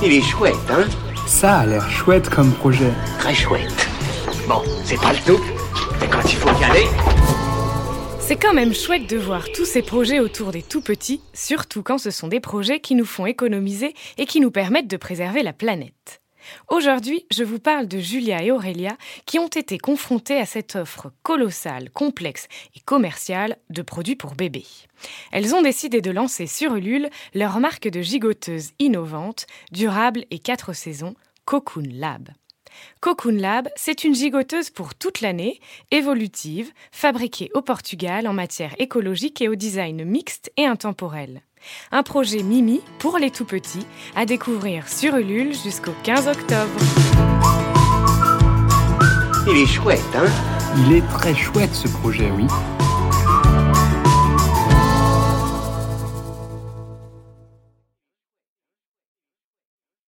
Il est chouette, hein? Ça a l'air chouette comme projet. Très chouette. Bon, c'est pas le tout, mais quand il faut y aller... C'est quand même chouette de voir tous ces projets autour des tout-petits, surtout quand ce sont des projets qui nous font économiser et qui nous permettent de préserver la planète. Aujourd'hui, je vous parle de Julia et Aurélia qui ont été confrontées à cette offre colossale, complexe et commerciale de produits pour bébés. Elles ont décidé de lancer sur Ulule leur marque de gigoteuse innovante, durable et 4 saisons, Cocoon Lab. Cocoon Lab, c'est une gigoteuse pour toute l'année, évolutive, fabriquée au Portugal en matière écologique et au design mixte et intemporel. Un projet Mimi pour les tout-petits à découvrir sur Ulule jusqu'au 15 octobre. Il est chouette, hein? Il est très chouette ce projet, oui.